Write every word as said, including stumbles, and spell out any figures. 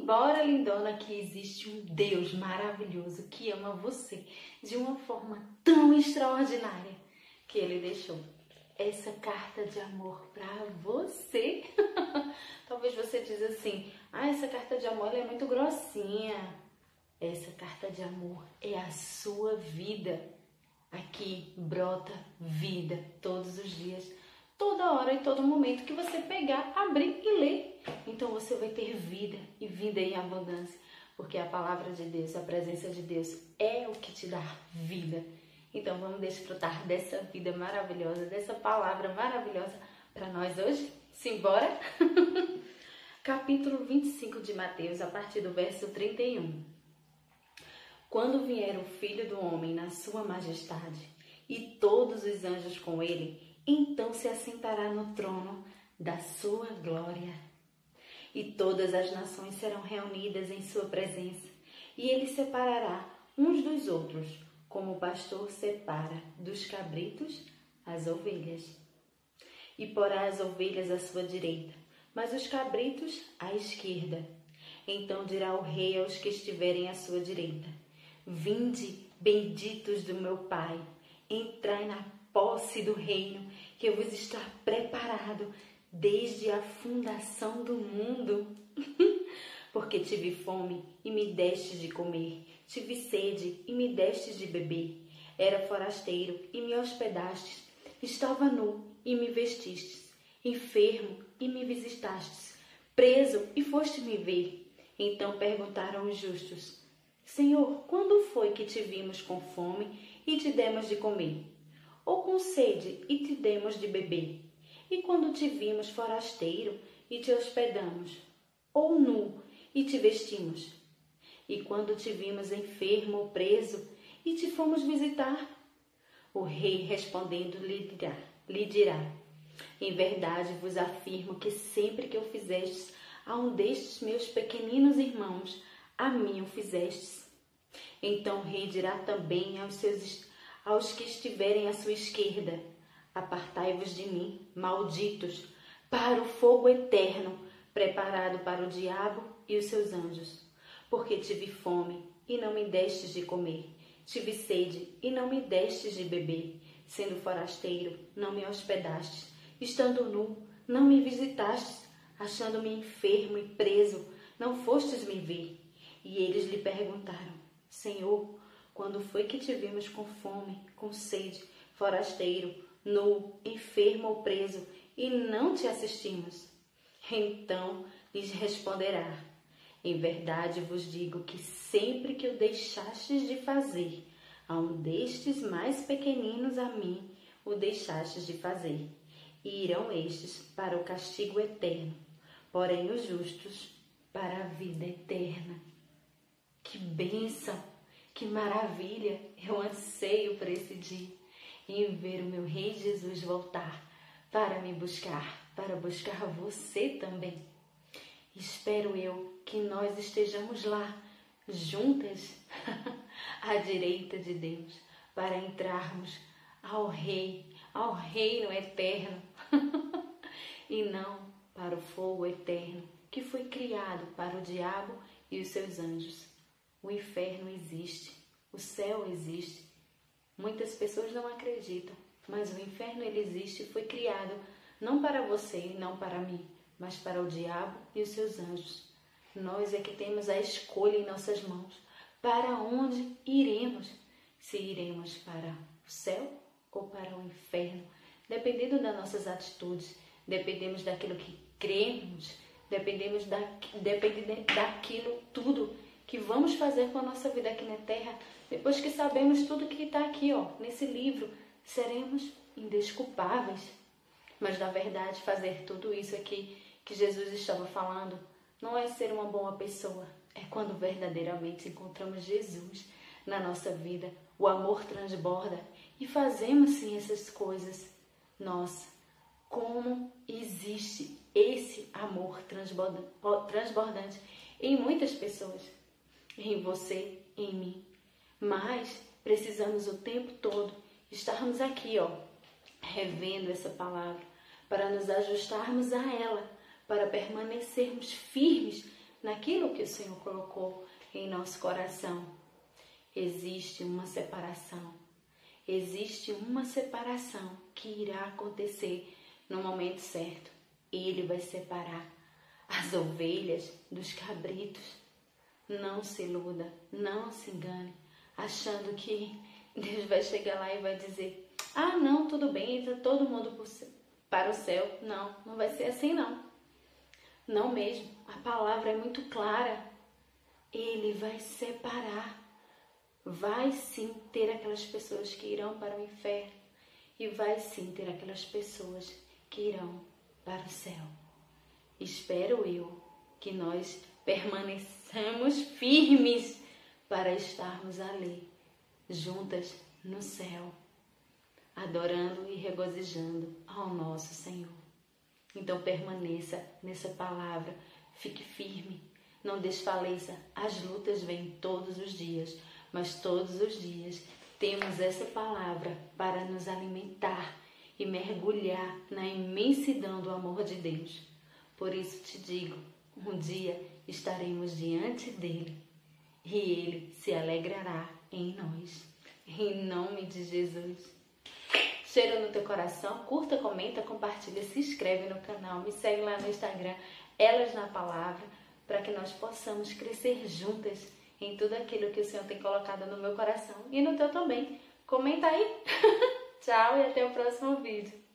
Simbora, lindona, que existe um Deus maravilhoso que ama você de uma forma tão extraordinária que Ele deixou essa carta de amor para você. Talvez você diz assim, ah, essa carta de amor ela é muito grossinha. Essa carta de amor é a sua vida. Aqui brota vida todos os dias, toda hora e todo momento que você pegar, abrir e ler. Então você vai ter vida e vida em abundância, porque a palavra de Deus, a presença de Deus é o que te dá vida. Então vamos desfrutar dessa vida maravilhosa, dessa palavra maravilhosa para nós hoje? Simbora? Capítulo vinte e cinco de Mateus, a partir do verso trinta e um. Quando vier o Filho do Homem na sua majestade e todos os anjos com ele, então se assentará no trono da sua glória. E todas as nações serão reunidas em sua presença, e ele separará uns dos outros, como o pastor separa dos cabritos as ovelhas. E porá as ovelhas à sua direita, mas os cabritos à esquerda. Então dirá o rei aos que estiverem à sua direita: Vinde, benditos do meu Pai, entrai na posse do reino que vos está preparado desde a fundação do mundo. Porque tive fome e me destes de comer, tive sede e me destes de beber, era forasteiro e me hospedastes, estava nu e me vestistes, enfermo e me visitastes, preso e foste me ver. Então perguntaram os justos: Senhor, quando foi que te vimos com fome e te demos de comer? Ou com sede e te demos de beber? E quando te vimos forasteiro e te hospedamos? Ou nu e te vestimos? E quando te vimos enfermo ou preso e te fomos visitar? O rei respondendo lhe dirá, lhe dirá: Em verdade vos afirmo que sempre que o fizestes a um destes meus pequeninos irmãos, a mim o fizestes. Então o rei dirá também aos, seus, aos que estiverem à sua esquerda: Apartai-vos de mim, malditos, para o fogo eterno, preparado para o diabo e os seus anjos. Porque tive fome e não me destes de comer, tive sede e não me destes de beber, sendo forasteiro, não me hospedastes, estando nu, não me visitastes, achando-me enfermo e preso, não fostes me ver. E eles lhe perguntaram: Senhor, quando foi que te vimos com fome, com sede, forasteiro, nu, enfermo ou preso, e não te assistimos? Então lhes responderá: Em verdade vos digo que sempre que o deixastes de fazer a um destes mais pequeninos, a mim o deixastes de fazer. E irão estes para o castigo eterno, porém os justos para a vida eterna. Que bênção, que maravilha! Eu anseio por esse dia, em ver o meu Rei Jesus voltar para me buscar, para buscar você também. Espero eu que nós estejamos lá, juntas, à direita de Deus, para entrarmos ao Rei, ao reino eterno, e não para o fogo eterno, que foi criado para o diabo e os seus anjos. O inferno existe, o céu existe. Muitas pessoas não acreditam, mas o inferno ele existe e foi criado não para você e não para mim, mas para o diabo e os seus anjos. Nós é que temos a escolha em nossas mãos para onde iremos, se iremos para o céu ou para o inferno, dependendo das nossas atitudes, dependemos daquilo que cremos, dependemos da, depende daquilo tudo que vamos fazer com a nossa vida aqui na terra. Depois que sabemos tudo que está aqui, ó, nesse livro, seremos indesculpáveis. Mas, na verdade, fazer tudo isso aqui que Jesus estava falando não é ser uma boa pessoa. É quando verdadeiramente encontramos Jesus na nossa vida. O amor transborda e fazemos sim essas coisas. Nossa, como existe esse amor transbordante em muitas pessoas. Em você, em mim. Mas precisamos o tempo todo estarmos aqui, ó, revendo essa palavra, para nos ajustarmos a ela, para permanecermos firmes naquilo que o Senhor colocou em nosso coração. Existe uma separação. Existe uma separação que irá acontecer no momento certo. Ele vai separar as ovelhas dos cabritos. Não se iluda, não se engane, achando que Deus vai chegar lá e vai dizer: ah, não, tudo bem, está todo mundo para o céu. Não, não vai ser assim não. Não mesmo, a palavra é muito clara. Ele vai separar. Vai sim ter aquelas pessoas que irão para o inferno e vai sim ter aquelas pessoas que irão para o céu. Espero eu que nós permaneçamos firmes para estarmos ali, juntas no céu, adorando e regozijando ao nosso Senhor. Então permaneça nessa palavra, fique firme, não desfaleça. As lutas vêm todos os dias, mas todos os dias temos essa palavra para nos alimentar e mergulhar na imensidão do amor de Deus. Por isso te digo, um dia estaremos diante dele e ele se alegrará em nós. Em nome de Jesus. Cheiro no teu coração, curta, comenta, compartilha, se inscreve no canal, me segue lá no Instagram, Elas na Palavra, para que nós possamos crescer juntas em tudo aquilo que o Senhor tem colocado no meu coração e no teu também. Comenta aí. Tchau e até o próximo vídeo.